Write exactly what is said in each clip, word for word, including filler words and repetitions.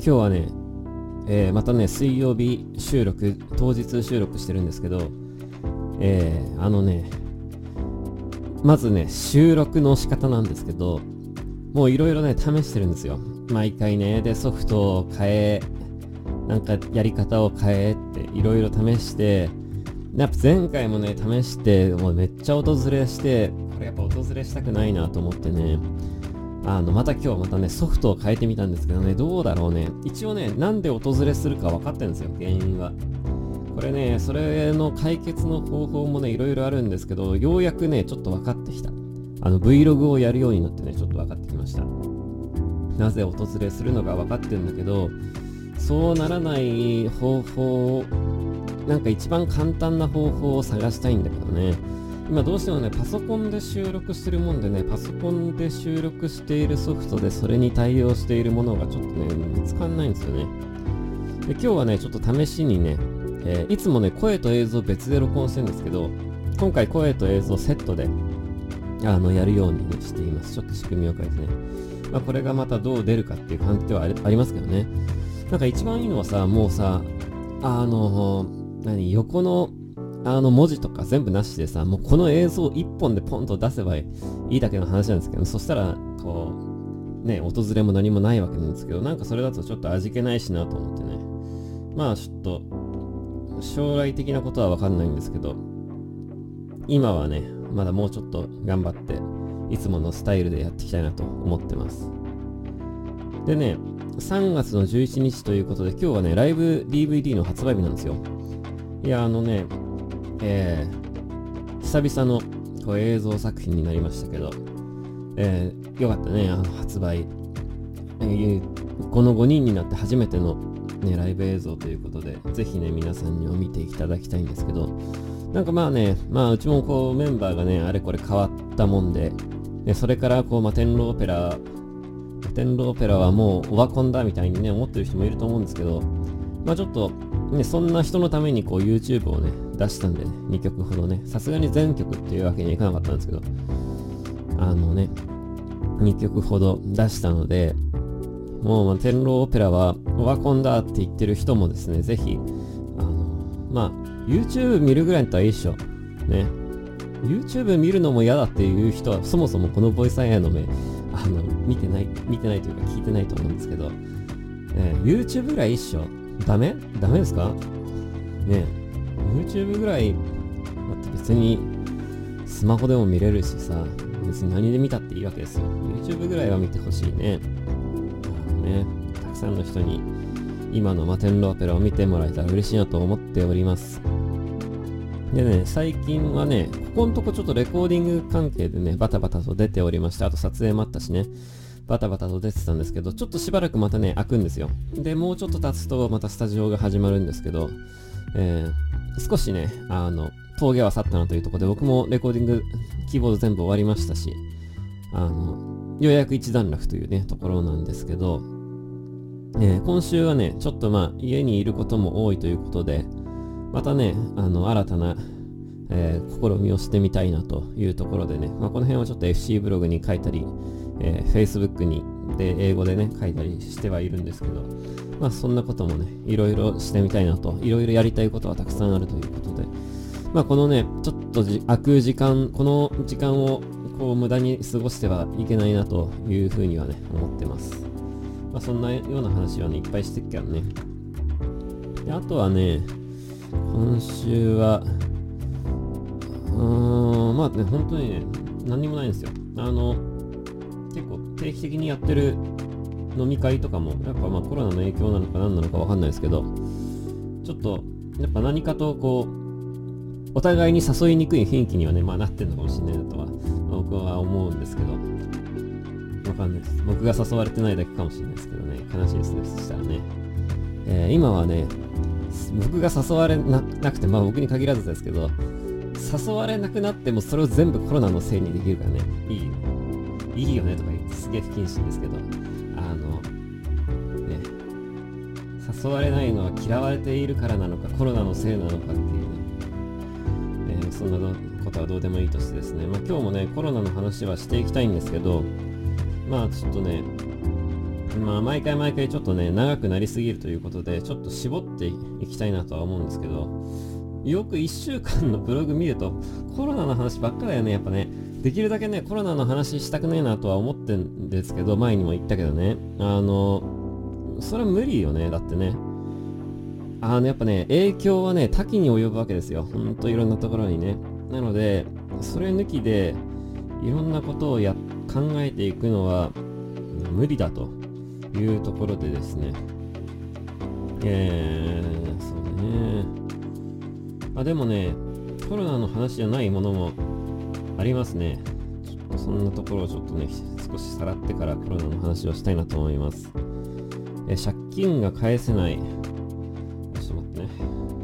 日はね、えー、またね、水曜日収録、当日収録してるんですけど、えー、あのね、まずね、収録の仕方なんですけど、もういろいろね、試してるんですよ。毎回ね、で、ソフトを変え、なんかやり方を変えっていろいろ試して、やっぱ前回もね、試して、もうめっちゃ訪れして、これやっぱ訪れしたくないなと思ってね、あの、また今日またね、ソフトを変えてみたんですけどね、どうだろうね。一応ね、なんで訪れするか分かってるんですよ、原因は。これね、それの解決の方法もね、いろいろあるんですけど、ようやくね、ちょっと分かってきた。あの、Vlog をやるようになってね、ちょっと分かってきました。なぜ訪れするのか分かってるんだけど、そうならない方法、なんか一番簡単な方法を探したいんだけどね。今どうしてもね、パソコンで収録するもんでね、パソコンで収録しているソフトでそれに対応しているものがちょっとね、見つかんないんですよね。で、今日はね、ちょっと試しにね、えー、いつもね、声と映像別で録音してるんですけど、今回声と映像セットで、あの、やるように、ね、しています。ちょっと仕組みを変えてね。まあ、これがまたどう出るかっていう感じではあり、ありますけどね。なんか一番いいのはさ、もうさ、あの、何、横の、あの文字とか全部なしでさ、もうこの映像一本でポンと出せばいいだけの話なんですけど、そしたら、こう、ね、訪れも何もないわけなんですけど、なんかそれだとちょっと味気ないしなと思ってね。まあちょっと、将来的なことはわかんないんですけど、今はね、まだもうちょっと頑張って、いつものスタイルでやっていきたいなと思ってます。でね、さんがつのじゅういちにちということで、今日はね、ライブ ディーブイディー の発売日なんですよ。いや、あのね、えー、久々のこう映像作品になりましたけど、えー、よかったね、あの発売、えー。このごにんになって初めての、ね、ライブ映像ということで、ぜひね、皆さんにも見ていただきたいんですけど、なんかまあね、まあうちもこうメンバーがね、あれこれ変わったもんで、でそれからこう、まあ、天狼オペラ、天狼オペラはもうオワコンだみたいにね、思ってる人もいると思うんですけど、まあちょっと、ね、そんな人のためにこう YouTube をね、出したんでね、にきょくほどね、さすがに全曲っていうわけにはいかなかったんですけど、あのね、にきょくほど出したので、もう、まあ、天狼オペラはオワコンだって言ってる人もですね、ぜひ、あの、まあ、YouTube 見るぐらいだったらいいっしょ。ね。YouTube 見るのも嫌だっていう人は、そもそもこのボイスアイアの目、あの、見てない、見てないというか聞いてないと思うんですけど、えー、YouTube ぐらいいいっしょ。ダメダメですかね。YouTube ぐらい、だって別にスマホでも見れるしさ、別に何で見たっていいわけですよ。YouTube ぐらいは見てほしいね。ね、たくさんの人に今のマテンロオペラを見てもらえたら嬉しいなと思っております。でね、最近はね、ここのとこちょっとレコーディング関係でね、バタバタと出ておりまして、あと撮影もあったしね、バタバタと出てたんですけど、ちょっとしばらくまたね、開くんですよ。で、もうちょっと経つとまたスタジオが始まるんですけど、えー、少しね、あの、峠は去ったなというところで、僕もレコーディング、キーボード全部終わりましたし、あの、ようやく一段落というね、ところなんですけど、えー、今週はね、ちょっとまあ、家にいることも多いということで、またね、あの、新たな、えー、試みをしてみたいなというところでね、まあ、この辺はちょっと エフシー ブログに書いたり、えー、Facebook に、で、英語でね、書いたりしてはいるんですけど、まあ、そんなこともね、いろいろしてみたいなと、いろいろやりたいことはたくさんあるということで、まあ、このね、ちょっとじ空く時間、この時間を、こう、無駄に過ごしてはいけないなというふうにはね、思ってます。まあ、そんなような話はね、いっぱいしてっからね。で、あとはね、今週は、うーん、まあね、本当にね、何にもないんですよ。あの、結構定期的にやってる飲み会とかも、やっぱまあコロナの影響なのか何なのかわかんないですけど、ちょっと、やっぱ何かとこう、お互いに誘いにくい雰囲気にはね、まあなってんのかもしれないなとは、僕は思うんですけど、わかんないです。僕が誘われてないだけかもしれないですけどね、悲しいですね、そしたらね。えー、今はね、僕が誘われ な, なくて、まあ僕に限らずですけど、誘われなくなってもそれを全部コロナのせいにできるからね、いいよ。いいよねとか言ってすげえ不謹慎ですけど、あの、ね、誘われないのは嫌われているからなのか、コロナのせいなのかっていうね、えー、そんなことはどうでもいいとしてですね、まあ今日もね、コロナの話はしていきたいんですけど、まあちょっとね、 まあ毎回毎回ちょっとね長くなりすぎるということでちょっと絞っていきたいなとは思うんですけど、よくいっしゅうかんのブログ見るとコロナの話ばっかだよね。やっぱねできるだけねコロナの話したくねえなとは思ってんですけど、前にも言ったけどね、あのそれは無理よね。だってねあのやっぱね影響はね多岐に及ぶわけですよ。ほんといろんなところにね。なのでそれ抜きでいろんなことをや考えていくのは無理だというところでですね、えー、そうだね。あ、でもね、コロナの話じゃないものもありますね。ちょっとそんなところをちょっとね、少しさらってからコロナの話をしたいなと思います。えー、借金が返せない。ちょっと待ってね。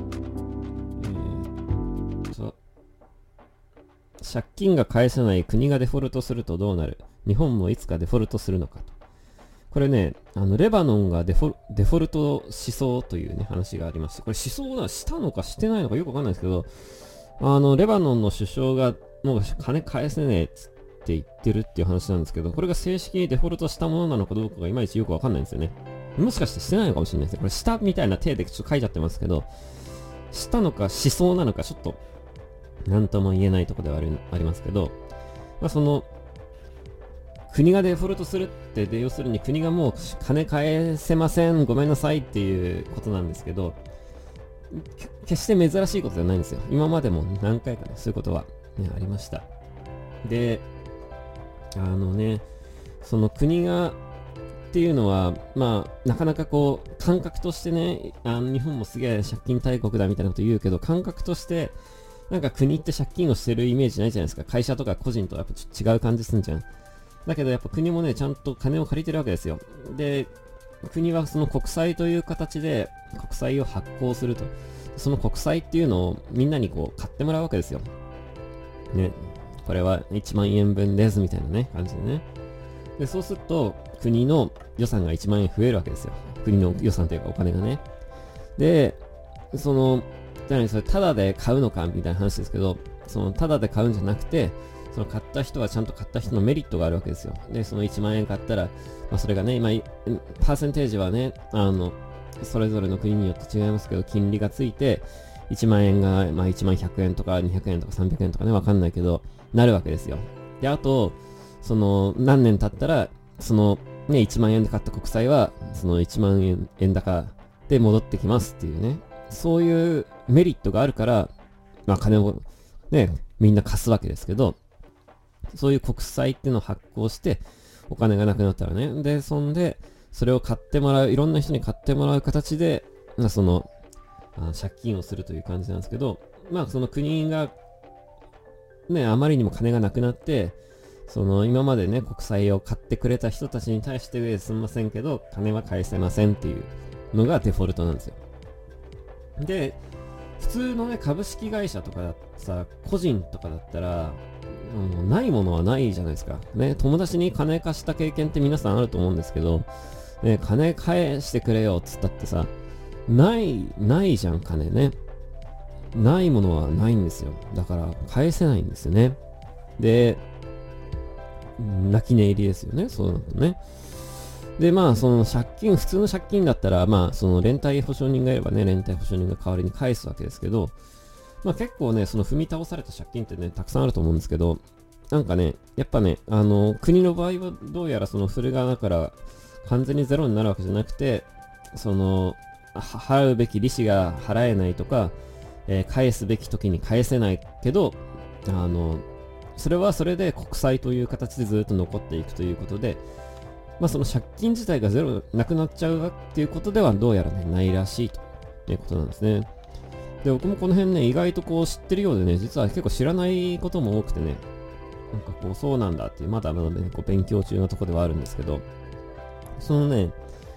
えー、と借金が返せない国がデフォルトするとどうなる？日本もいつかデフォルトするのかと。これね、あのレバノンがデフォル、デフォルトしそうというね話がありまして、これしそうな、したのかしてないのかよくわかんないですけど、あのレバノンの首相がもう金返せねえっつって言ってるっていう話なんですけど、これが正式にデフォルトしたものなのかどうかがいまいちよくわかんないんですよね。もしかしてしてないのかもしれないですね。これしたみたいな体でちょっと書いちゃってますけど、したのかしそうなのかちょっとなんとも言えないところではあるありますけど、まあその国がデフォルトするってで、要するに国がもう金返せません、ごめんなさいっていうことなんですけど、決して珍しいことじゃないんですよ。今までも何回かね、そういうことは、ね、ありました。で、あのね、その国がっていうのは、まあ、なかなかこう、感覚としてね、あの日本もすげえ借金大国だみたいなこと言うけど、感覚として、なんか国って借金をしてるイメージないじゃないですか。会社とか個人とはやっぱちょっと違う感じすんじゃん。だけどやっぱ国もね、ちゃんと金を借りてるわけですよ。で、国はその国債という形で国債を発行すると。その国債っていうのをみんなにこう買ってもらうわけですよ。ね。これはいちまんえんぶんですみたいなね、感じでね。で、そうすると国の予算がいちまんえん増えるわけですよ。国の予算というかお金がね。で、その、じゃあね、それタダで買うのかみたいな話ですけど、そのタダで買うんじゃなくて、その買った人はちゃんと買った人のメリットがあるわけですよ。で、そのいちまんえん買ったら、まあそれがね、今、パーセンテージはね、あの、それぞれの国によって違いますけど、金利がついて、いちまんえんが、まあいちまんひゃくえんとかにひゃくえんとかさんびゃくえんとかね、わかんないけど、なるわけですよ。で、あと、その、何年経ったら、その、ね、いちまんえんで買った国債は、そのいちまんえん円高で戻ってきますっていうね、そういうメリットがあるから、まあ金をね、みんな貸すわけですけど、そういう国債っていうのを発行して、お金がなくなったらね。で、そんで、それを買ってもらう、いろんな人に買ってもらう形で、まあ、その、あ借金をするという感じなんですけど、まあ、その国が、ね、あまりにも金がなくなって、その、今までね、国債を買ってくれた人たちに対して、すみませんけど、金は返せませんっていうのがデフォルトなんですよ。で、普通のね、株式会社とかださ、個人とかだったら、もうないものはないじゃないですか。ね、友達に金貸した経験って皆さんあると思うんですけど、ね、金返してくれよっつったってさ、ない、ないじゃん、金ね。ないものはないんですよ。だから、返せないんですよね。で、泣き寝入りですよね、そうなるとね。で、まあ、その借金、普通の借金だったら、まあ、その連帯保証人がいればね、連帯保証人が代わりに返すわけですけど、まあ結構ね、その踏み倒された借金ってね、たくさんあると思うんですけど、なんかね、やっぱね、あの、国の場合はどうやらその、それがだから完全にゼロになるわけじゃなくて、その、払うべき利子が払えないとか、えー、返すべき時に返せないけど、あの、それはそれで国債という形でずっと残っていくということで、まあその借金自体がゼロなくなっちゃうっていうことではどうやらね、ないらしいということなんですね。で、僕もこの辺ね、意外とこう知ってるようでね、実は結構知らないことも多くてね、なんかこう、そうなんだっていう、まだまだね、こう勉強中のところではあるんですけど、そのね、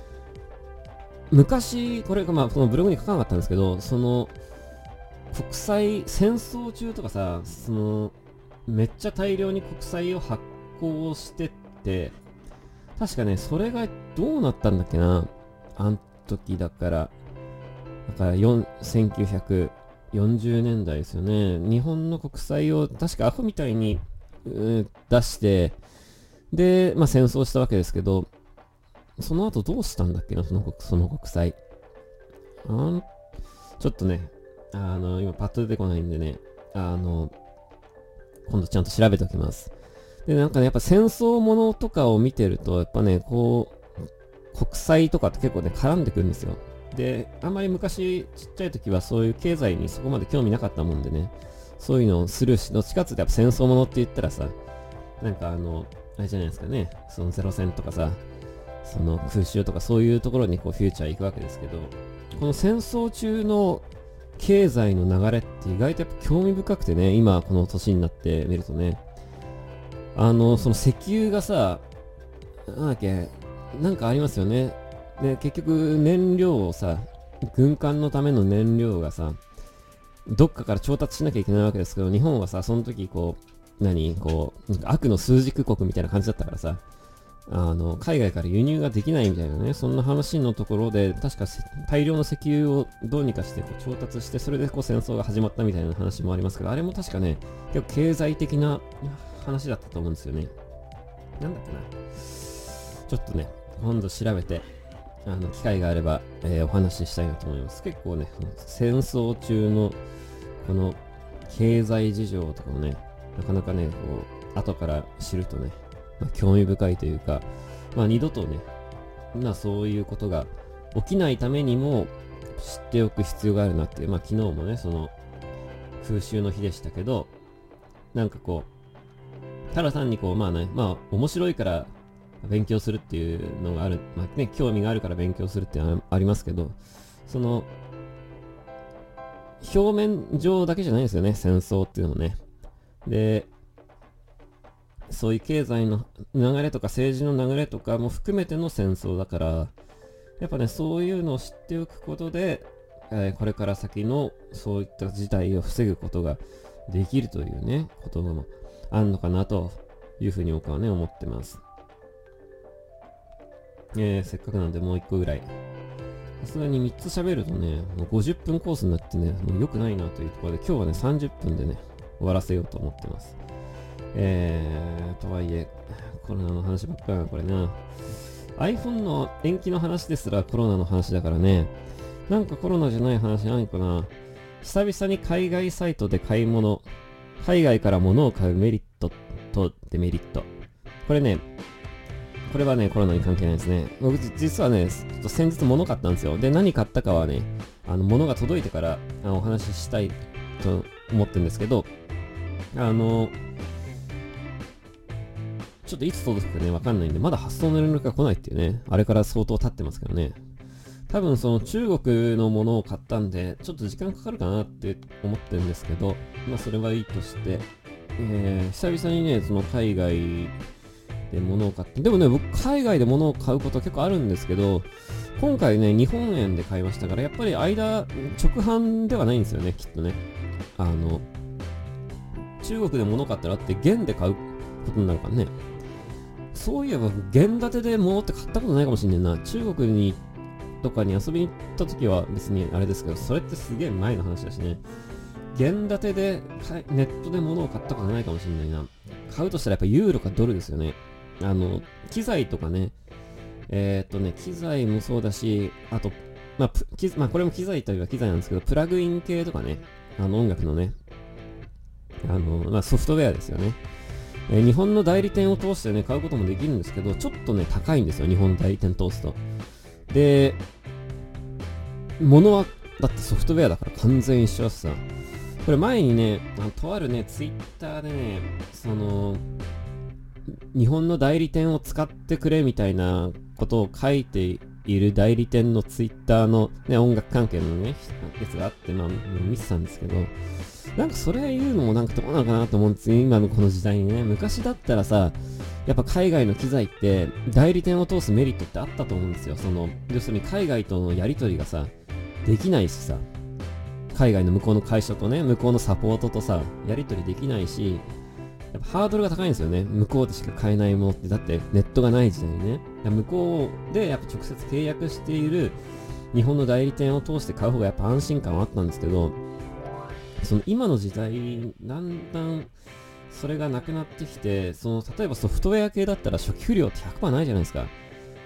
昔、これがまあ、そのブログに書かなかったんですけど、その、国債、戦争中とかさ、その、めっちゃ大量に国債を発行してって、確かね、それがどうなったんだっけな、あん時だから、だからせんきゅうひゃくよんじゅうねんだいですよね。日本の国債を確かアホみたいに、出して、で、まあ戦争したわけですけど、 その後どうしたんだっけな、その国、その国債。あん、ちょっとね、あの、今パッと出てこないんでね、あの、今度ちゃんと調べておきます。で、なんかね、やっぱ戦争ものとかを見てると、やっぱね、こう、国債とかって結構ね、絡んでくるんですよ。で、あんまり昔、ちっちゃい時はそういう経済にそこまで興味なかったもんでね、そういうのをスルーし、どっちかっていうとやっぱ戦争ものって言ったらさ、なんかあの、あれじゃないですかね、そのゼロ戦とかさ、その空襲とかそういうところにこうフューチャー行くわけですけど、この戦争中の経済の流れって意外とやっぱ興味深くてね、今この年になってみるとね、あの、その石油がさ、なんだっけ、なんかありますよね。で、結局燃料をさ、軍艦のための燃料がさ、どっかから調達しなきゃいけないわけですけど、日本はさ、その時こう、何、こう、悪の枢軸国みたいな感じだったからさ、あの、海外から輸入ができないみたいなね、そんな話のところで、確か大量の石油をどうにかしてこう調達して、それでこう戦争が始まったみたいな話もありますけど、あれも確かね、結構経済的な話だったと思うんですよね。なんだっけな。ちょっとね、今度調べて、あの、機会があれば、えー、お話ししたいなと思います。結構ね、戦争中の、この、経済事情とかもね、なかなかね、こう、後から知るとね、まあ、興味深いというか、まあ二度とね、まあそういうことが起きないためにも知っておく必要があるなっていう、まあ昨日もね、その空襲の日でしたけど、なんかこう、ただ単にこう、まあね、まあ面白いから勉強するっていうのがある、まあね、興味があるから勉強するっていうのはありますけど、その、表面上だけじゃないんですよね、戦争っていうのもね。で、そういう経済の流れとか政治の流れとかも含めての戦争だから、やっぱね、そういうのを知っておくことで、えー、これから先のそういった事態を防ぐことができるというね、こともあるのかなというふうに僕はね、思ってます。えー、せっかくなんでもう一個ぐらい。さすがにみっつ喋るとね、もうごじゅっぷんコースになってね、もう良くないなというところで、今日はね、さんじゅっぷんでね、終わらせようと思ってます。えー、とはいえ、コロナの話ばっかりな、これな。iPhone の延期の話ですらコロナの話だからね。なんかコロナじゃない話ないかな。久々に海外サイトで買い物。海外から物を買うメリットとデメリット。これね、これはね、コロナに関係ないですね。僕実はね、ちょっと先日物買ったんですよ。で、何買ったかはね、あの、物が届いてからあお話ししたいと思ってるんですけど、あの、ちょっといつ届くかね、わかんないんで、まだ発送の連絡が来ないっていうね、あれから相当経ってますからね。多分その中国のものを買ったんで、ちょっと時間かかるかなって思ってるんですけど、まあそれはいいとして、えー、久々にね、その海外で物を買って、でもね、僕海外で物を買うことは結構あるんですけど、今回ね、日本円で買いましたから、やっぱり間、直販ではないんですよね、きっとね。あの、中国で物を買ったらって元で買うことになるからね。そういえば、元建てで物って買ったことないかもしんねんな。中国に、とかに遊びに行った時は別にあれですけど、それってすげえ前の話だしね。元建てで、ネットで物を買ったことないかもしんないな。買うとしたらやっぱユーロかドルですよね。あの、機材とかね、えー、っとね、機材もそうだし、あと、まあ、まあ、これも機材といえば機材なんですけど、プラグイン系とかね、あの音楽のね、あの、まあ、ソフトウェアですよね。えー、日本の代理店を通してね、買うこともできるんですけど、ちょっとね、高いんですよ、日本の代理店通すと。で、物は、だってソフトウェアだから完全一緒だしさ。これ前にね、あのとあるね、ツイッターでね、その、日本の代理店を使ってくれみたいなことを書いている代理店のツイッターのね、音楽関係のね、やつがあって、まあ、見てたんですけど、なんかそれ言うのもなんかどうなのかなと思うんですよ、今のこの時代にね。昔だったらさ、やっぱ海外の機材って代理店を通すメリットってあったと思うんですよ。その、要するに海外とのやり取りがさ、できないしさ、海外の向こうの会社とね、向こうのサポートとさ、やり取りできないし、やっぱハードルが高いんですよね。向こうでしか買えないものって。だってネットがない時代にね。向こうでやっぱ直接契約している日本の代理店を通して買う方がやっぱ安心感はあったんですけど、その今の時代、だんだんそれがなくなってきて、その例えばソフトウェア系だったら初期不良ってひゃくパーセントないじゃないですか。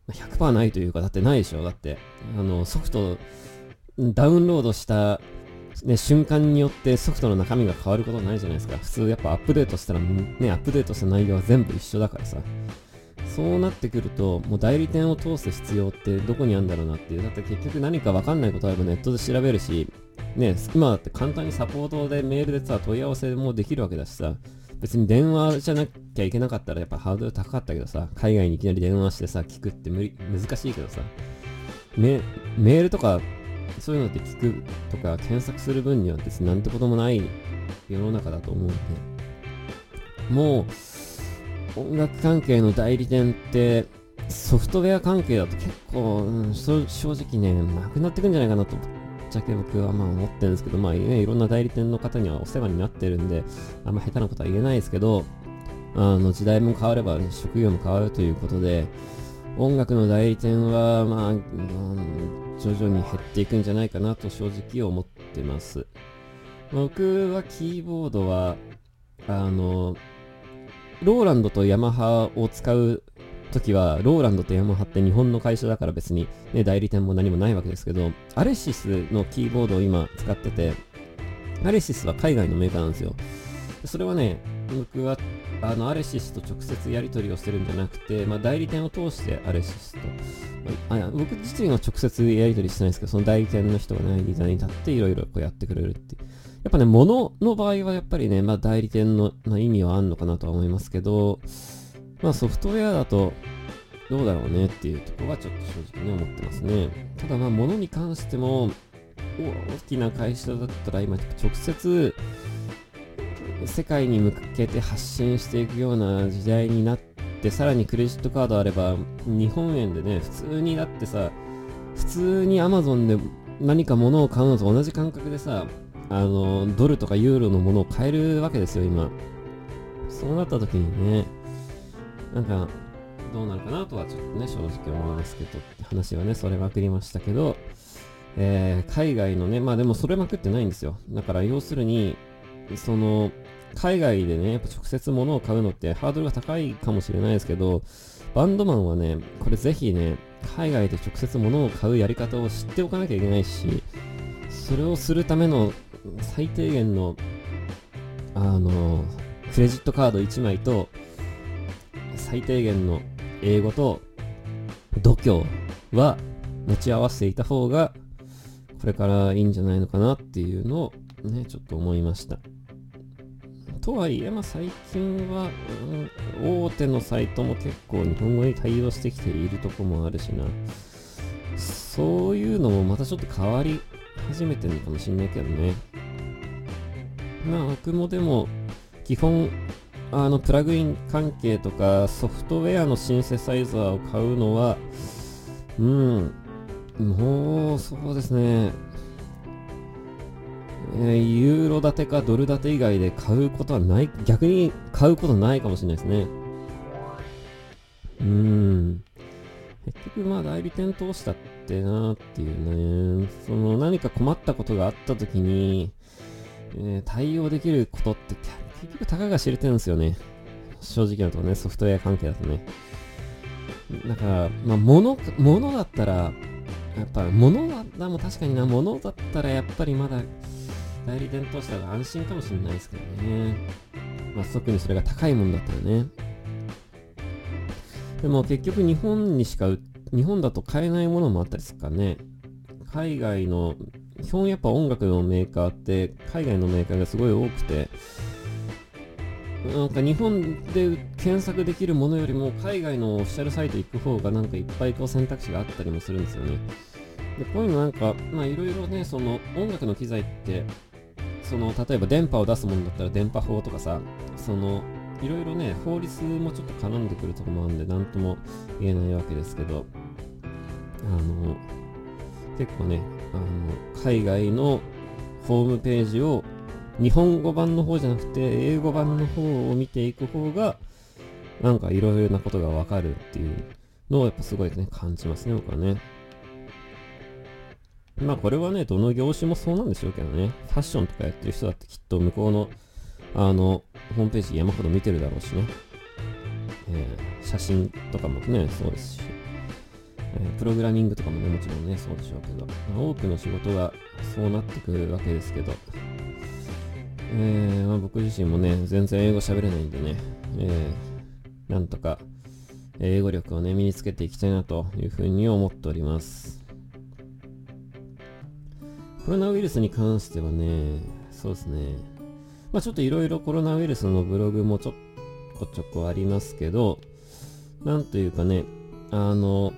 ひゃくパーセント ないというか、だってないでしょ。だって、あの、ソフト、ダウンロードした、ね、瞬間によってソフトの中身が変わることないじゃないですか。普通やっぱアップデートしたら、ね、アップデートした内容は全部一緒だからさ。そうなってくると、もう代理店を通す必要ってどこにあるんだろうなっていう。だって結局何か分かんないことあればネットで調べるし、ね、今だって簡単にサポートでメールでさ、問い合わせもできるわけだしさ、別に電話じゃなきゃいけなかったらやっぱハードル高かったけどさ、海外にいきなり電話してさ、聞くって無理、難しいけどさ、メメールとか、そういうのって聞くとか検索する分には別になんてこともない世の中だと思うんで、もう、音楽関係の代理店ってソフトウェア関係だと結構、うん、正直ね、なくなってくんじゃないかなとぶっちゃけ僕はまあ思ってるんですけど、まあ、ね、いろんな代理店の方にはお世話になってるんで、あんま下手なことは言えないですけど、あの時代も変われば、ね、職業も変わるということで、音楽の代理店はまあ、うん、徐々に減っていくんじゃないかなと正直思ってます。僕はキーボードはあのローランドとヤマハを使うときは、ローランドとヤマハって日本の会社だから別に、ね、代理店も何もないわけですけど、アレシスのキーボードを今使ってて、アレシスは海外のメーカーなんですよ。それはね、僕はあのアレシスと直接やり取りをしてるんじゃなくて、まあ、代理店を通してアレシスと、まあ、あ僕自身は直接やり取りしてないんですけど、その代理店の人がね、リーダーに立っていろいろこうやってくれるっていう。やっぱね、物の場合はやっぱりね、まあ代理店の、まあ、意味はあんのかなとは思いますけど、まあソフトウェアだとどうだろうねっていうところはちょっと正直に思ってますね。ただまあ物に関しても、大きな会社だったら今直接世界に向けて発信していくような時代になって、さらにクレジットカードあれば日本円でね、普通にだってさ、普通に Amazon で何か物を買うのと同じ感覚でさ、あのドルとかユーロのものを買えるわけですよ今。そうなった時にね、なんかどうなるかなとはちょっとね正直思いますけど、話はねそれまくりましたけど、えー、海外のね、まあでもそれまくってないんですよ。だから要するにその海外でねやっぱ直接物を買うのってハードルが高いかもしれないですけど、バンドマンはねこれぜひね海外で直接物を買うやり方を知っておかなきゃいけないし、それをするための最低限のあのクレジットカードいちまいと最低限の英語と度胸は持ち合わせていた方がこれからいいんじゃないのかなっていうのをねちょっと思いました。とはいえ、まあ、最近は、うん、大手のサイトも結構日本語に対応してきているとこもあるしな、そういうのもまたちょっと変わり始めてるのかもしれないけどね。まあ僕もでも基本あのプラグイン関係とかソフトウェアのシンセサイザーを買うのはうんもうそうですね、えー、ユーロ建てかドル建て以外で買うことはない、逆に買うことないかもしれないですね。うーん結局まあ代理店通したってなっていうね、その何か困ったことがあった時に、えー、対応できることって結局たかが知れてるんですよね。正直なところね、ソフトウェア関係だとね。だから、まあ物、物だったら、やっぱ物だったらも確かにな、物だったらやっぱりまだ代理店通したら安心かもしれないですけどね。まあ特にそれが高いもんだったらね。でも結局日本にしか、日本だと買えないものもあったりするからね。海外の、基本やっぱ音楽のメーカーって海外のメーカーがすごい多くて、なんか日本で検索できるものよりも海外のオフィシャルサイト行く方がなんかいっぱいこう選択肢があったりもするんですよね。で、こういうのなんか、まあいろいろね、その音楽の機材って、その例えば電波を出すものだったら電波法とかさ、そのいろいろね、法律もちょっと絡んでくるところもあるんで、なんとも言えないわけですけど、あの、結構ね、あの、海外のホームページを日本語版の方じゃなくて英語版の方を見ていく方がなんかいろいろなことがわかるっていうのをやっぱすごいね感じますね、僕はね。まあこれはねどの業種もそうなんでしょうけどね、ファッションとかやってる人だってきっと向こうのあのホームページ山ほど見てるだろうしね、えー、写真とかもねそうですし、 えー、プログラミングとかもね、もちろんね、そうでしょうけど、まあ、多くの仕事がそうなってくるわけですけど、えーまあ、僕自身もね、全然英語喋れないんでね、えー、なんとか英語力をね、身につけていきたいなというふうに思っております。コロナウイルスに関してはね、そうですね、まあちょっといろいろコロナウイルスのブログもちょこちょこありますけど、なんというかね、あの、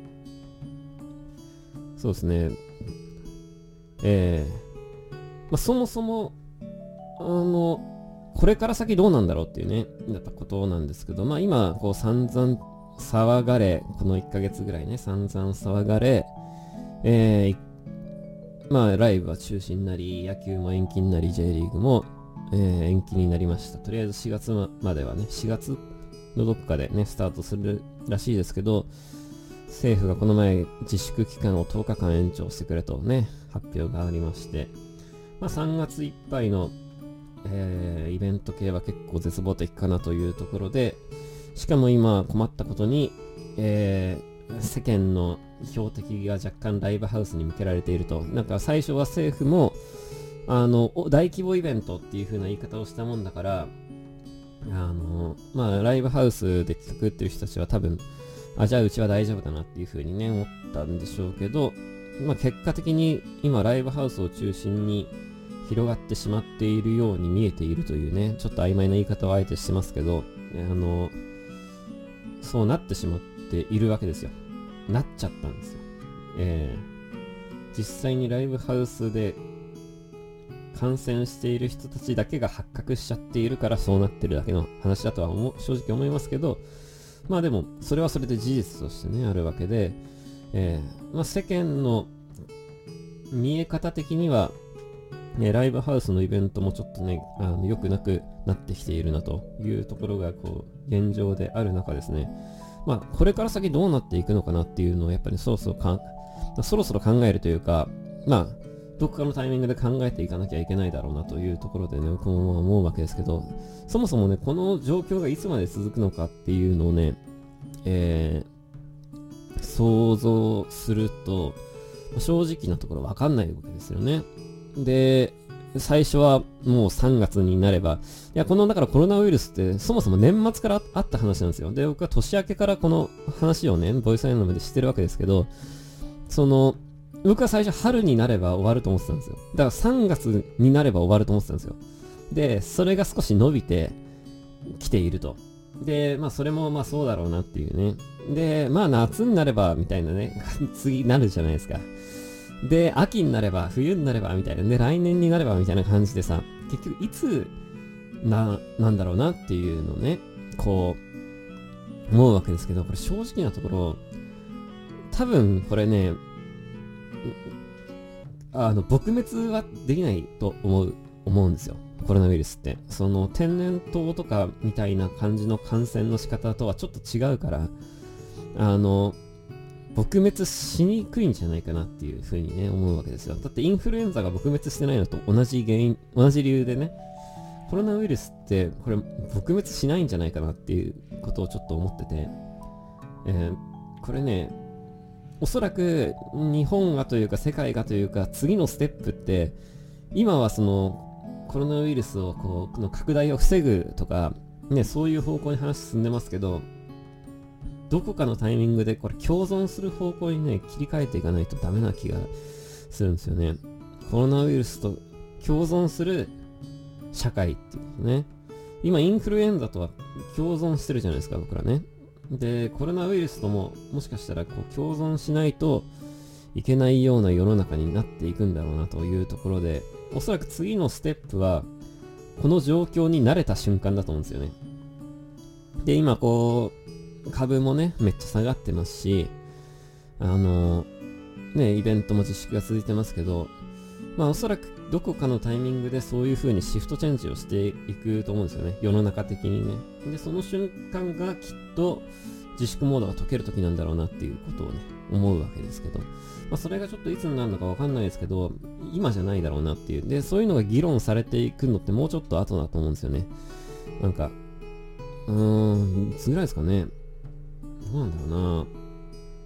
そうですね、えー、まあそもそも、あの、これから先どうなんだろうっていうね、だったことなんですけど、まあ今、こう散々騒がれ、このいっかげつぐらいね、散々騒がれ、えー、まあライブは中止になり、野球も延期になり、J リーグも、えー、延期になりました。とりあえずしがつまではね、しがつのどこかでね、スタートするらしいですけど、政府がこの前自粛期間をとおかかん延長してくれとね、発表がありまして、まあさんがついっぱいのえー、イベント系は結構絶望的かなというところで、しかも今困ったことに、えー、世間の標的が若干ライブハウスに向けられていると。なんか最初は政府もあの大規模イベントっていう風な言い方をしたもんだから、あのまあライブハウスで企画っていう人たちは多分、あ、じゃあうちは大丈夫だなっていう風にね思ったんでしょうけど、まあ結果的に今ライブハウスを中心に広がってしまっているように見えているというね、ちょっと曖昧な言い方をあえてしてますけど、あの、そうなってしまっているわけですよ。なっちゃったんですよ。えー、実際にライブハウスで感染している人たちだけが発覚しちゃっているからそうなってるだけの話だとは思正直思いますけど、まあでも、それはそれで事実としてね、あるわけで、えー、まあ世間の見え方的には、ね、ライブハウスのイベントもちょっとね、あの良くなくなってきているなというところがこう現状である中ですね。まあこれから先どうなっていくのかなっていうのをやっぱりそろそろかんそろそろ考えるというか、まあどこかのタイミングで考えていかなきゃいけないだろうなというところでね、僕も思うわけですけど、そもそもねこの状況がいつまで続くのかっていうのをね、えー、想像すると正直なところわかんないわけですよね。で、最初はもうさんがつになれば、いや、このだからコロナウイルスってそもそも年末からあった話なんですよ。で、僕は年明けからこの話をね、ボイスアイノムで知ってるわけですけど、その、僕は最初春になれば終わると思ってたんですよ。だからさんがつになれば終わると思ってたんですよ。で、それが少し伸びてきていると。で、まあそれもまあそうだろうなっていうね。で、まあ夏になればみたいなね、次なるじゃないですか。で、秋になれば、冬になれば、みたいな。で、来年になれば、みたいな感じでさ、結局、いつ、な、なんだろうなっていうのをね、こう、思うわけですけど、これ正直なところ、多分、これね、あの、撲滅はできないと思う、思うんですよ。コロナウイルスって。その、天然痘とかみたいな感じの感染の仕方とはちょっと違うから、あの、撲滅しにくいんじゃないかなっていうふうにね、思うわけですよ。だってインフルエンザが撲滅してないのと同じ原因、同じ理由でね、コロナウイルスって、これ、撲滅しないんじゃないかなっていうことをちょっと思ってて、えー、これね、おそらく日本がというか世界がというか次のステップって、今はそのコロナウイルスをこう、の拡大を防ぐとか、ね、そういう方向に話進んでますけど、どこかのタイミングでこれ共存する方向にね、切り替えていかないとダメな気がするんですよね。コロナウイルスと共存する社会っていうことね。今インフルエンザとは共存してるじゃないですか、僕らね。で、コロナウイルスとももしかしたらこう共存しないといけないような世の中になっていくんだろうなというところで、おそらく次のステップはこの状況に慣れた瞬間だと思うんですよね。で、今こう、株もね、めっちゃ下がってますし、あの、ね、イベントも自粛が続いてますけど、まあおそらくどこかのタイミングでそういう風にシフトチェンジをしていくと思うんですよね。世の中的にね。で、その瞬間がきっと自粛モードが解ける時なんだろうなっていうことをね、思うわけですけど、まあそれがちょっといつになるのかわかんないですけど、今じゃないだろうなっていう。で、そういうのが議論されていくのってもうちょっと後だと思うんですよね。なんか、うーん、いつぐらいですかね。どうなんだろうな。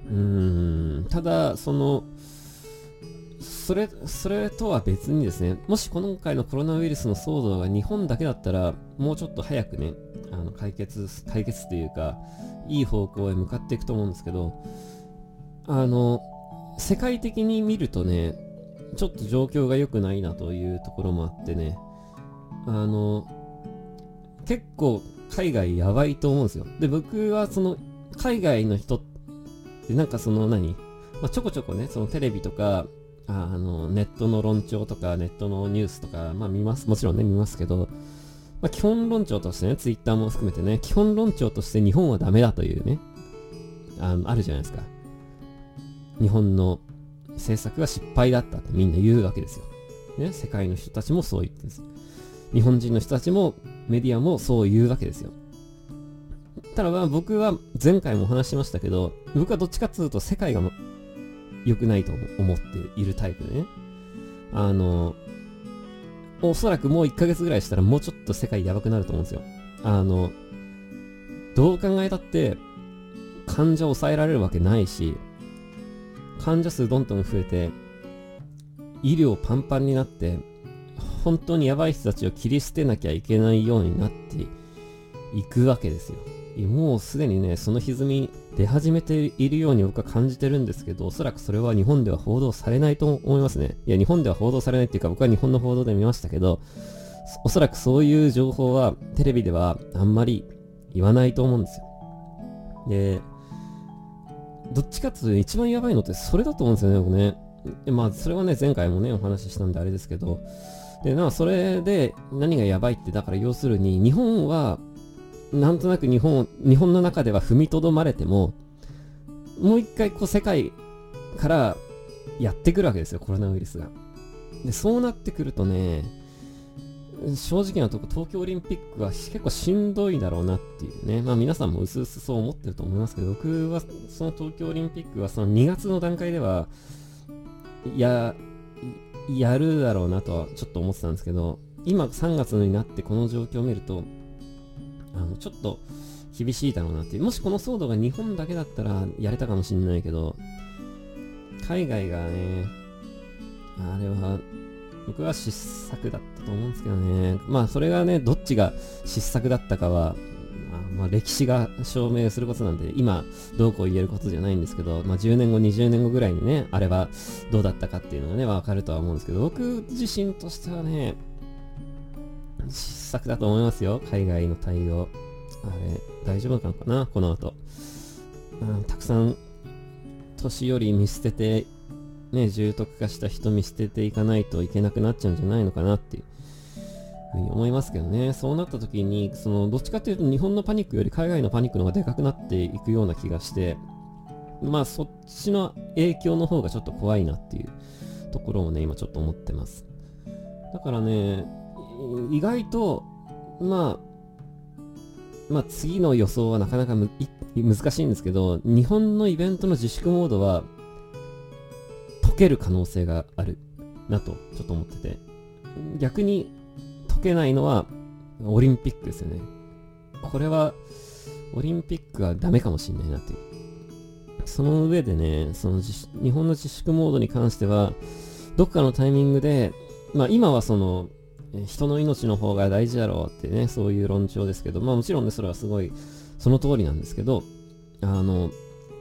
うーん、ただ、その、それ、それとは別にですね、もし今回のコロナウイルスの騒動が日本だけだったら、もうちょっと早くね、あの解決、解決というか、いい方向へ向かっていくと思うんですけど、あの、世界的に見るとね、ちょっと状況が良くないなというところもあってね、あの、結構海外やばいと思うんですよ。で、僕はその海外の人ってなんかその何、まあ、ちょこちょこね、そのテレビとか、あの、ネットの論調とか、ネットのニュースとか、まあ見ます。もちろんね、見ますけど、まあ基本論調としてね、ツイッターも含めてね、基本論調として日本はダメだというね、あの、あるじゃないですか。日本の政策が失敗だったってみんな言うわけですよ。ね、世界の人たちもそう言ってるんです。日本人の人たちもメディアもそう言うわけですよ。ただまあ僕は前回もお話ししましたけど、僕はどっちかっていうと世界が良くないと思っているタイプでね。あの、おそらくもういっかげつぐらいしたらもうちょっと世界やばくなると思うんですよ。あの、どう考えたって患者を抑えられるわけないし、患者数どんどん増えて、医療パンパンになって、本当にやばい人たちを切り捨てなきゃいけないようになっていくわけですよ。もうすでにね、その歪み出始めているように僕は感じてるんですけど、おそらくそれは日本では報道されないと思いますね。いや、日本では報道されないっていうか、僕は日本の報道で見ましたけど、おそらくそういう情報はテレビではあんまり言わないと思うんですよ。で、どっちかっていうと一番やばいのってそれだと思うんですよね、僕ね。でまあ、それはね、前回もね、お話ししたんであれですけど、で、な、それで何がやばいって、だから要するに、日本は、なんとなく日本、日本の中では踏みとどまれても、もう一回こう世界からやってくるわけですよ、コロナウイルスが。で、そうなってくるとね、正直なとこ東京オリンピックは結構しんどいだろうなっていうね。まあ皆さんも薄々そう思ってると思いますけど、僕はその東京オリンピックはそのにがつの段階では、や、やるだろうなとはちょっと思ってたんですけど、今さんがつになってこの状況を見ると、あの、ちょっと厳しいだろうなっていう。もしこの騒動が日本だけだったらやれたかもしれないけど、海外がね、あれは、僕は失策だったと思うんですけどね。まあそれがね、どっちが失策だったかは、まあ歴史が証明することなんで、今どうこう言えることじゃないんですけど、まあじゅうねんご、にじゅうねんごぐらいにね、あれはどうだったかっていうのがね、わかるとは思うんですけど、僕自身としてはね、失策だと思いますよ、海外の対応。あれ、大丈夫なのかな、この後。うん、たくさん年寄り見捨てて、ね、重篤化した人見捨てていかないといけなくなっちゃうんじゃないのかなっていうふうに思いますけどね。そうなった時に、その、どっちかっていうと日本のパニックより海外のパニックの方がでかくなっていくような気がして、まあそっちの影響の方がちょっと怖いなっていうところをね、今ちょっと思ってます。だからね、意外と、まあ、まあ次の予想はなかなかむ難しいんですけど、日本のイベントの自粛モードは、解ける可能性があるなとちょっと思ってて、逆に解けないのはオリンピックですよね。これはオリンピックはダメかもしれないなという。その上でね、その日本の自粛モードに関してはどっかのタイミングで、まあ今はその人の命の方が大事だろうってね、そういう論調ですけど、まあもちろんね、それはすごいその通りなんですけど、あの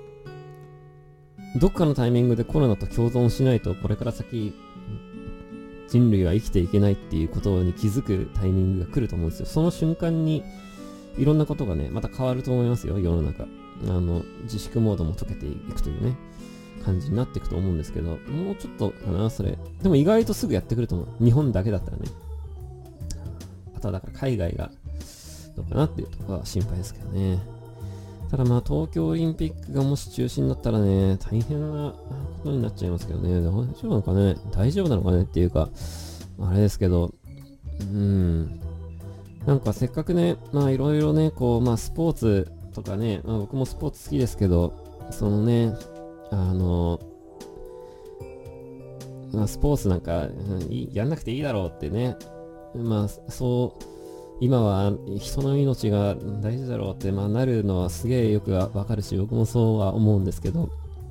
どっかのタイミングでコロナと共存しないと、これから先人類は生きていけないっていうことに気づくタイミングが来ると思うんですよ。その瞬間にいろんなことがね、また変わると思いますよ、世の中。あの自粛モードも解けていくというね、感じになっていくと思うんですけど、もうちょっとかな、それ。でも意外とすぐやってくると思う。日本だけだったらね。あとはだから海外がどうかなっていうところは心配ですけどね。ただまあ東京オリンピックがもし中止になったらね、大変なことになっちゃいますけどね、大丈夫なのかね、大丈夫なのかねっていうか、あれですけど、うーん、なんかせっかくね、まあいろいろね、こう、まあスポーツとかね、まあ僕もスポーツ好きですけど、そのね、あの、まあスポーツなんか、うん、やんなくていいだろうってね、まあそう、今は人の命が大事だろうって、まあ、なるのはすげえよくわかるし、僕もそうは思うんですけど、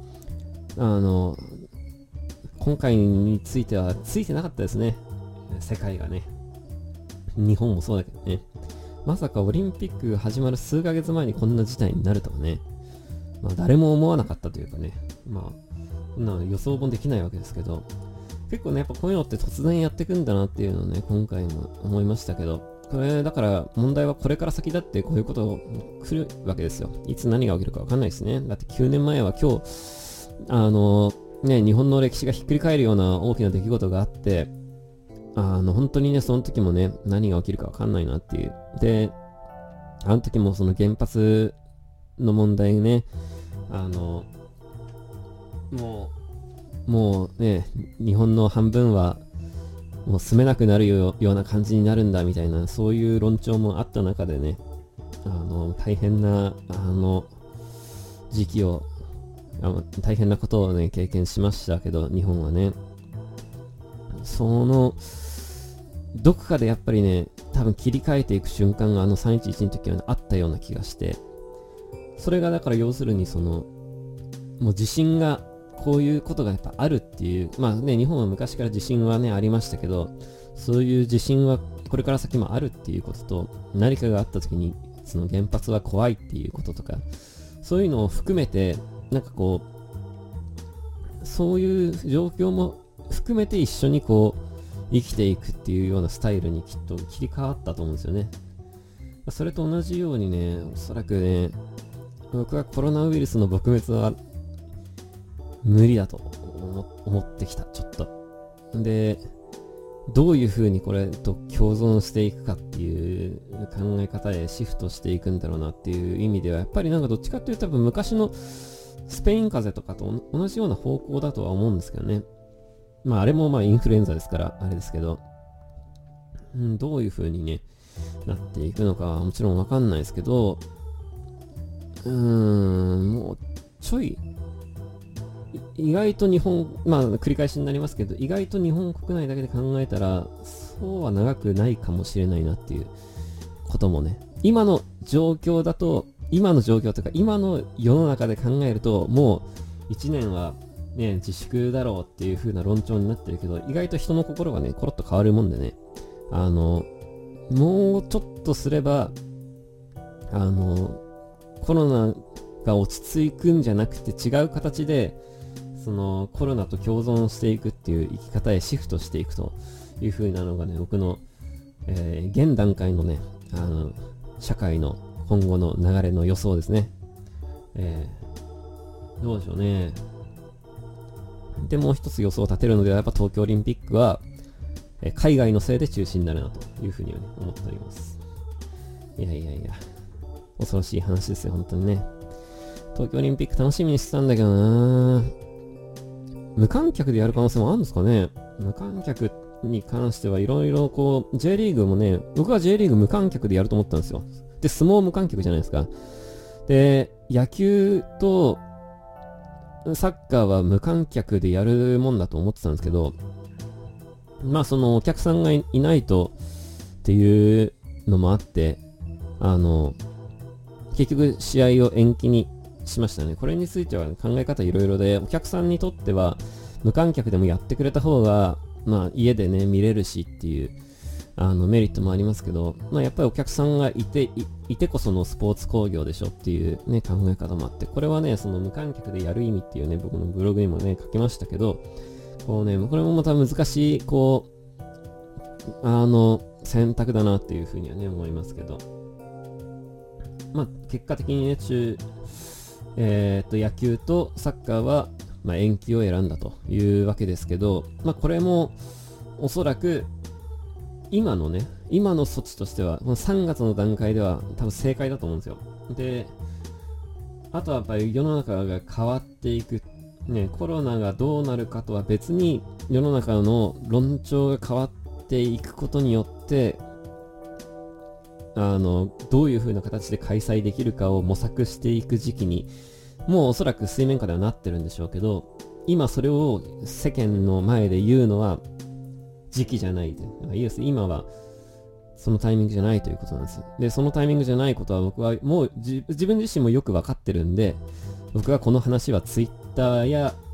あの、今回についてはついてなかったですね。世界がね。日本もそうだけどね。まさかオリンピックが始まる数ヶ月前にこんな事態になるとはね。まあ誰も思わなかったというかね。まあ、こんな予想もできないわけですけど。結構ね、やっぱこういうのって突然やってくんだなっていうのをね、今回も思いましたけど。これ、だから問題はこれから先だってこういうことが来るわけですよ。いつ何が起きるかわかんないですね。だってきゅうねんまえは今日、あの、ね、日本の歴史がひっくり返るような大きな出来事があって、あの、本当にね、その時もね、何が起きるかわかんないなっていう。で、あの時もその原発の問題ね、あの、もう、もうね、日本の半分は、もう住めなくなるような感じになるんだみたいな、そういう論調もあった中でね、あの、大変な、あの、時期を、あの大変なことをね、経験しましたけど、日本はね。その、どこかでやっぱりね、多分切り替えていく瞬間があのさんいちいちの時は、ね、あったような気がして、それがだから要するにその、もう地震が、こういうことがやっぱあるっていう、まあね、日本は昔から地震はね、ありましたけど、そういう地震はこれから先もあるっていうことと、何かがあった時に、その原発は怖いっていうこととか、そういうのを含めて、なんかこう、そういう状況も含めて一緒にこう、生きていくっていうようなスタイルにきっと切り替わったと思うんですよね。それと同じようにね、おそらくね、僕はコロナウイルスの撲滅は無理だと思ってきた、ちょっと。で、どういう風にこれと共存していくかっていう考え方へシフトしていくんだろうなっていう意味では、やっぱりなんかどっちかっていうと多分昔のスペイン風邪とかと同じような方向だとは思うんですけどね。まああれもまあインフルエンザですからあれですけど、うん、どういう風にね、なっていくのかはもちろんわかんないですけど、うーん、もうちょい、意外と日本、まあ繰り返しになりますけど、意外と日本国内だけで考えたら、そうは長くないかもしれないなっていうこともね、今の状況だと、今の状況というか、今の世の中で考えると、もういちねんはね、自粛だろうっていう風な論調になってるけど、意外と人の心がね、コロッと変わるもんでね、あの、もうちょっとすれば、あの、コロナが落ち着くんじゃなくて違う形で、そのコロナと共存していくっていう生き方へシフトしていくという風なのがね、僕の、えー、現段階のね、あの、社会の今後の流れの予想ですね。えー、どうでしょうね。で、もう一つ予想を立てるのでは、やっぱ東京オリンピックは、えー、海外のせいで中止になるなという風には、ね、思っております。いやいやいや、恐ろしい話ですよ、本当にね。東京オリンピック楽しみにしてたんだけどなぁ。無観客でやる可能性もあるんですかね。無観客に関してはいろいろこう、J リーグもね、僕は J リーグ無観客でやると思ったんですよ。で、相撲無観客じゃないですか。で、野球とサッカーは無観客でやるもんだと思ってたんですけど、まあそのお客さんが い, いないとっていうのもあって、あの、結局試合を延期にしましたね。これについては、ね、考え方いろいろで、お客さんにとっては無観客でもやってくれた方が、まあ家でね、見れるしっていう、あのメリットもありますけど、まあやっぱりお客さんがいて、い, いてこそのスポーツ興行でしょっていうね、考え方もあって、これはね、その無観客でやる意味っていうね、僕のブログにもね、書きましたけど、こうね、これもまた難しい、こう、あの、選択だなっていうふうにはね、思いますけど、まあ結果的にね、中、えー、っと野球とサッカーは、まあ、延期を選んだというわけですけど、まあ、これもおそらく今のね、今の措置としては、さんがつの段階では多分正解だと思うんですよ。で、あとはやっぱり世の中が変わっていく。ね、コロナがどうなるかとは別に世の中の論調が変わっていくことによって、あの、どういう風な形で開催できるかを模索していく時期に、もうおそらく水面下ではなってるんでしょうけど、今それを世間の前で言うのは時期じゃない。今はそのタイミングじゃないということなんです。で、そのタイミングじゃないことは僕はもう自分自身もよくわかってるんで、僕はこの話はツイッターや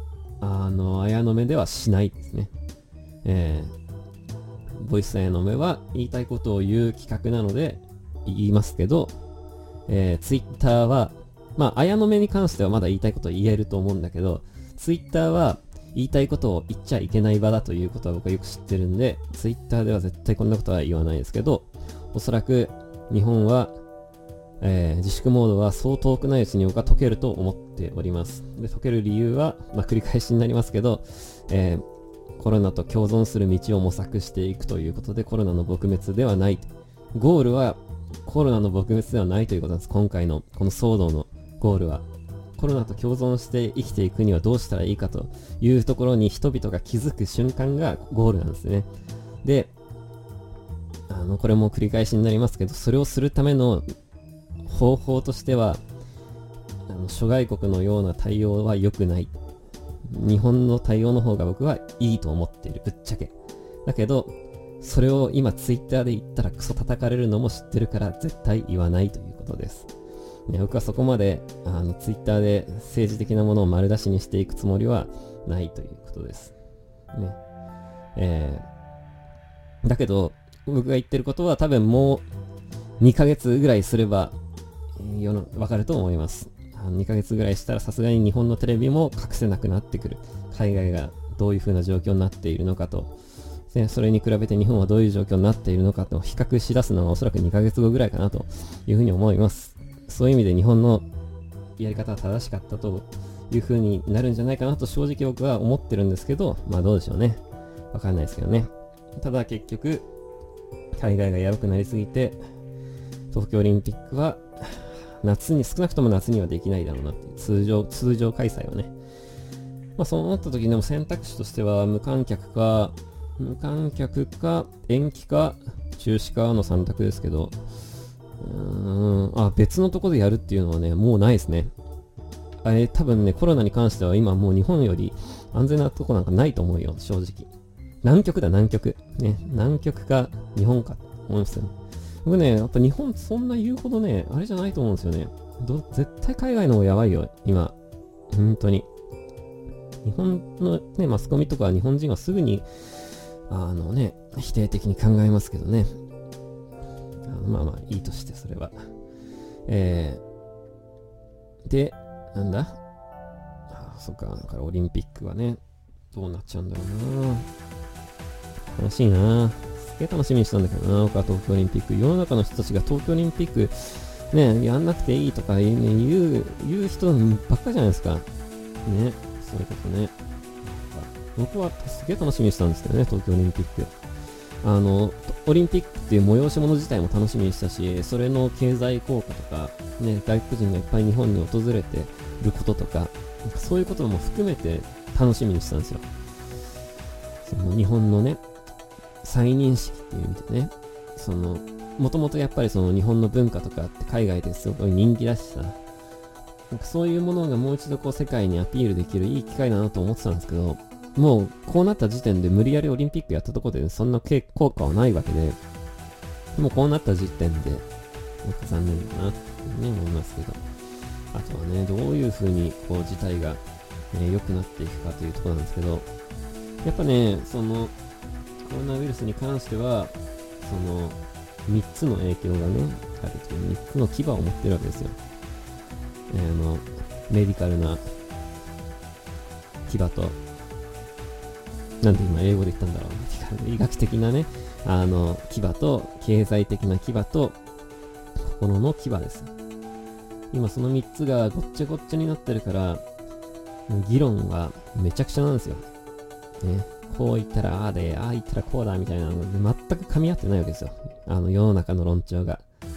あの、綾野目ではしないですね。えー、ボイス綾野目は言いたいことを言う企画なので言いますけど、えー、ツイッターは、まあ、綾野目に関してはまだ言いたいことを言えると思うんだけど、ツイッターは言いたいことを言っちゃいけない場だということは僕はよく知ってるんで、ツイッターでは絶対こんなことは言わないですけど、おそらく日本は、えー、自粛モードはそう遠くないうちに僕は解けると思っております。で、解ける理由は、まあ、繰り返しになりますけど、えー、コロナと共存する道を模索していくということで、コロナの撲滅ではない。ゴールはコロナの撲滅ではないということなんです。今回のこの騒動のゴールは。コロナと共存して生きていくにはどうしたらいいかというところに人々が気づく瞬間がゴールなんですね。で、あの、これも繰り返しになりますけど、それをするための方法としては、あの諸外国のような対応は良くない。日本の対応の方が僕はいいと思っている。ぶっちゃけ。だけど、それを今ツイッターで言ったらクソ叩かれるのも知ってるから絶対言わないということです。ね、僕はそこまであのツイッターで政治的なものを丸出しにしていくつもりはないということです。ね。えー、だけど、僕が言ってることは多分もうにかげつぐらいすれば世のわかると思います。あのにかげつぐらいしたらさすがに日本のテレビも隠せなくなってくる。海外がどういう風な状況になっているのかと、ね、それに比べて日本はどういう状況になっているのかと比較しだすのはおそらくにかげつごぐらいかなというふうに思います。そういう意味で日本のやり方は正しかったという風になるんじゃないかなと正直僕は思ってるんですけど、まあどうでしょうね。わかんないですけどね。ただ結局、海外がやばくなりすぎて、東京オリンピックは夏に、少なくとも夏にはできないだろうなっていう、通常、通常開催はね。まあそう思った時にでも選択肢としては無観客か、無観客か、延期か、中止かのさん択ですけど、うーん、あ、別のとこでやるっていうのはね、もうないですね。あれ、多分ね、コロナに関しては今もう日本より安全なとこなんかないと思うよ、正直。南極だ、南極。ね、南極か日本か、思いますよね。僕ね、やっぱ日本そんな言うほどね、あれじゃないと思うんですよね。ど絶対海外の方がやばいよ、今。本当に。日本のね、マスコミとか日本人はすぐに、あのね、否定的に考えますけどね。まあまあいいとしてそれは。えー、で、なんだあ、そっか、だからオリンピックはね、どうなっちゃうんだろうな。楽しいな。すげえ楽しみにしたんだけどな、僕は東京オリンピック。世の中の人たちが東京オリンピック、ね、やんなくていいとか言う、ね、言う、言う人ばっかじゃないですか。ね、そういうことね。僕はすげえ楽しみにしたんですけどね、東京オリンピック。あの、オリンピックっていう催し物自体も楽しみにしたし、それの経済効果とか、ね、外国人がいっぱい日本に訪れてることとか、そういうことも含めて楽しみにしたんですよ。その日本のね、再認識っていう意味でね、その、もともとやっぱりその日本の文化とかって海外ですごい人気だしさ、なんかそういうものがもう一度こう世界にアピールできるいい機会だなと思ってたんですけど、もうこうなった時点で無理やりオリンピックやったところでそんな効果はないわけで、もうこうなった時点で、なんか残念だなってね、思いますけど、あとはね、どういう風にこう事態が、えー、良くなっていくかというところなんですけど、やっぱね、そのコロナウイルスに関しては、そのみっつの影響がね、あるというみっつの牙を持ってるわけですよ。えー、あの、メディカルな牙と、なんで今英語で言ったんだろう。医学的なね、あの、牙と、経済的な牙と、心の牙です。今そのみっつがごっちゃごっちゃになってるから、議論はめちゃくちゃなんですよ。ね、こう言ったらああで、ああ言ったらこうだみたいなので全く噛み合ってないわけですよ。あの世の中の論調が。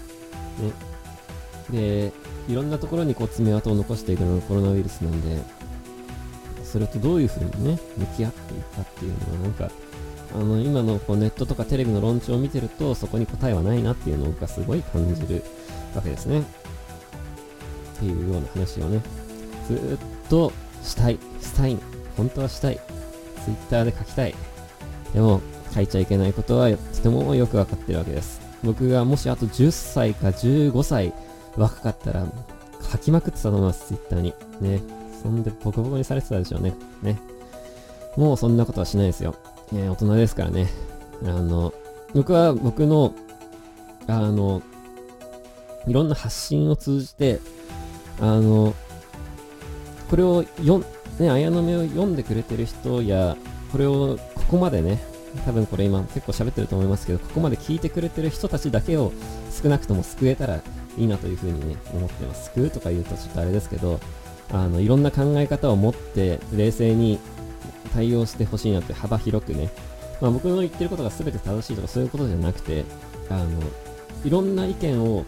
ね。で、いろんなところにこう爪痕を残していくのがコロナウイルスなんで、それとどういうふうにね、向き合っていくかっていうのはなんか、あの、今のこうネットとかテレビの論調を見てると、そこに答えはないなっていうのを僕はすごい感じるわけですね。っていうような話をね、ずーっとしたい、したい、本当はしたい。ツイッターで書きたい。でも、書いちゃいけないことはとてもよくわかってるわけです。僕がもしあとじゅっさいかじゅうごさい若かったら、書きまくってたと思います、ツイッターに。ね。そんでボコボコにされてたでしょうね。ね。 もうそんなことはしないですよ。えー、大人ですからね。あの、僕は僕の、あの、いろんな発信を通じて、あの、これを読ん、ね、綾の目を読んでくれてる人や、これをここまでね、多分これ今結構喋ってると思いますけど、ここまで聞いてくれてる人たちだけを少なくとも救えたらいいなというふうにね、思ってます。救うとか言うとちょっとあれですけど、あの、いろんな考え方を持って冷静に対応してほしいなって幅広くね、まあ僕の言ってることが全て正しいとかそういうことじゃなくて、あの、いろんな意見を、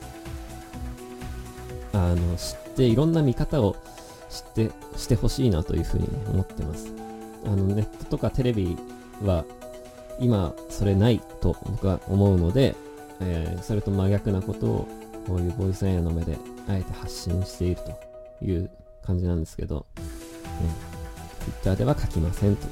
あの、知って、いろんな見方を知って、してほしいなというふうに、ね、思ってます。あの、ネットとかテレビは、今、それないと僕は思うので、えー、それと真逆なことを、こういうボイスアイアの目で、あえて発信しているという感じなんですけど、ね、Twitter では書きませんという、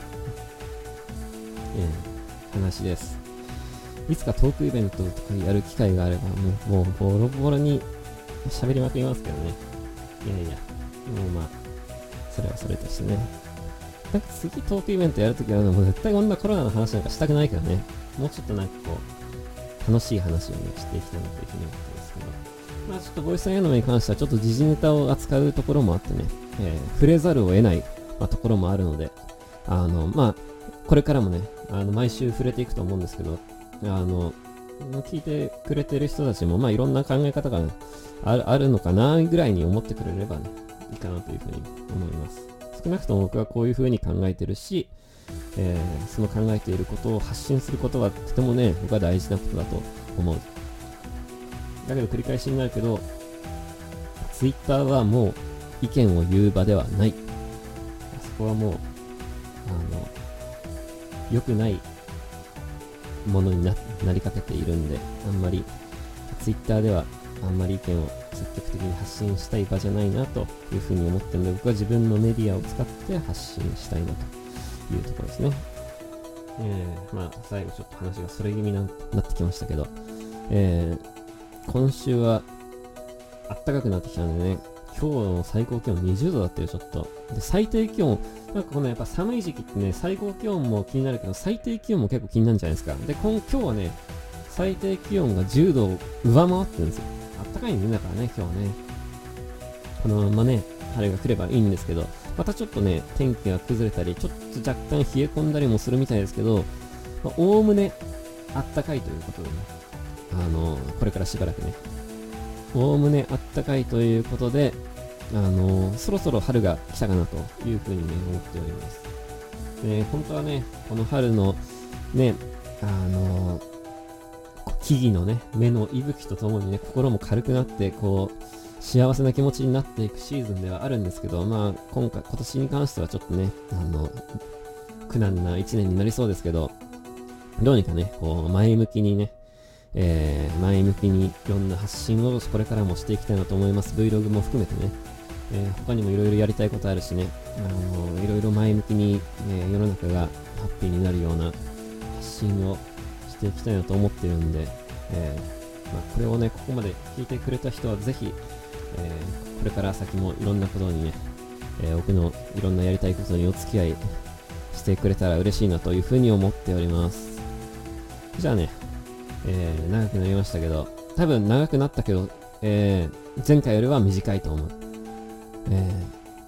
えー、話です。いつかトークイベントとかやる機会があれば、もう、もうボロボロに喋りまくりますけどね。いやいや、もうまあ、それはそれとしてね。なんか次トークイベントやるときは、もう絶対こんなコロナの話なんかしたくないけどね。もうちょっとなんかこう、楽しい話をね、していきたいなというふうに思ってますけど。まあちょっとボイスアイアノメに関してはちょっと時事ネタを扱うところもあってね、えー、触れざるを得ない、まあ、ところもあるので、あの、まあこれからもね、あの、毎週触れていくと思うんですけど、あの、聞いてくれてる人たちも、まあいろんな考え方が、ね、ある、あるのかなぐらいに思ってくれればね、いいかなというふうに思います。少なくとも僕はこういうふうに考えてるし、えー、その考えていることを発信することはとてもね、僕は大事なことだと思う。だけど繰り返しになるけど、Twitter はもう意見を言う場ではない。そこはもう、あの、良くないものに な, なりかけているんで、あんまり Twitter ではあんまり意見を積極的に発信したい場じゃないなというふうに思ってるので、僕は自分のメディアを使って発信したいなというところですね。えー、まあ最後ちょっと話がそれ気味に な, なってきましたけど、えー、今週は暖かくなってきたんでね、今日の最高気温にじゅうどだったよ、ちょっと。で、最低気温、なんかこのやっぱ寒い時期ってね、最高気温も気になるけど、最低気温も結構気になるんじゃないですか。で、今今日はね、最低気温がじゅうどを上回ってるんですよ。あったかいんだからね、今日はね。このままね、晴れが来ればいいんですけど、またちょっとね、天気が崩れたり、ちょっと若干冷え込んだりもするみたいですけど、おおむねあったかいということでね、あのー、これからしばらくね、おおむねあったかいということで、あのー、そろそろ春が来たかなというふうにね、思っております。で、本当はね、この春のね、あのー、木々のね、目の息吹とともにね、心も軽くなって、こう、幸せな気持ちになっていくシーズンではあるんですけど、まあ、今回、今年に関してはちょっとね、あの、苦難な一年になりそうですけど、どうにかね、こう、前向きにね、えー、前向きにいろんな発信をこれからもしていきたいなと思います。Vlog も含めてね、えー、他にもいろいろやりたいことあるしね、あの、いろいろ前向きに、えー、世の中がハッピーになるような発信をしていきたいなと思ってるんで、えーまあ、これをね、ここまで聞いてくれた人はぜひ、えー、これから先もいろんなことにね、えー、僕のいろんなやりたいことにお付き合いしてくれたら嬉しいなというふうに思っております。じゃあね、えー、長くなりましたけど、多分長くなったけど、えー、前回よりは短いと思う。え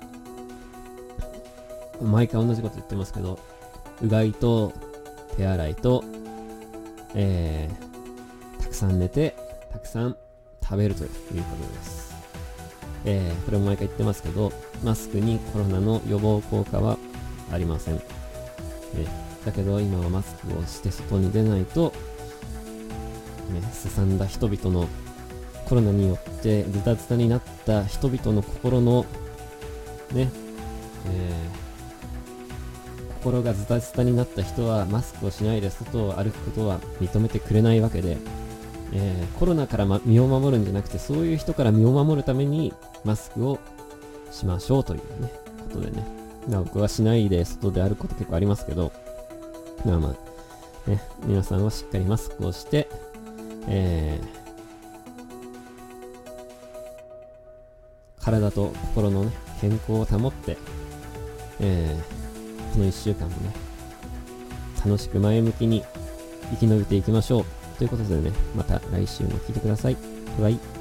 ー、毎回同じこと言ってますけど、うがいと手洗いと、えー、たくさん寝て、たくさん食べるということです。えー、これも毎回言ってますけど、マスクにコロナの予防効果はありません。えー、だけど今はマスクをして外に出ないと、ね、すさんだ人々のコロナによってズタズタになった人々の心のね、えー、心がズタズタになった人はマスクをしないで外を歩くことは認めてくれないわけで、えー、コロナから、ま、身を守るんじゃなくて、そういう人から身を守るためにマスクをしましょうというね、ことでね。僕はしないで外で歩くこと結構ありますけど、まあまあ、ね、皆さんはしっかりマスクをして、えー、体と心のね、健康を保って、えー、 このいっしゅうかんもね、楽しく前向きに生き延びていきましょう。ということでね、また来週も聞いてください。バイバイ。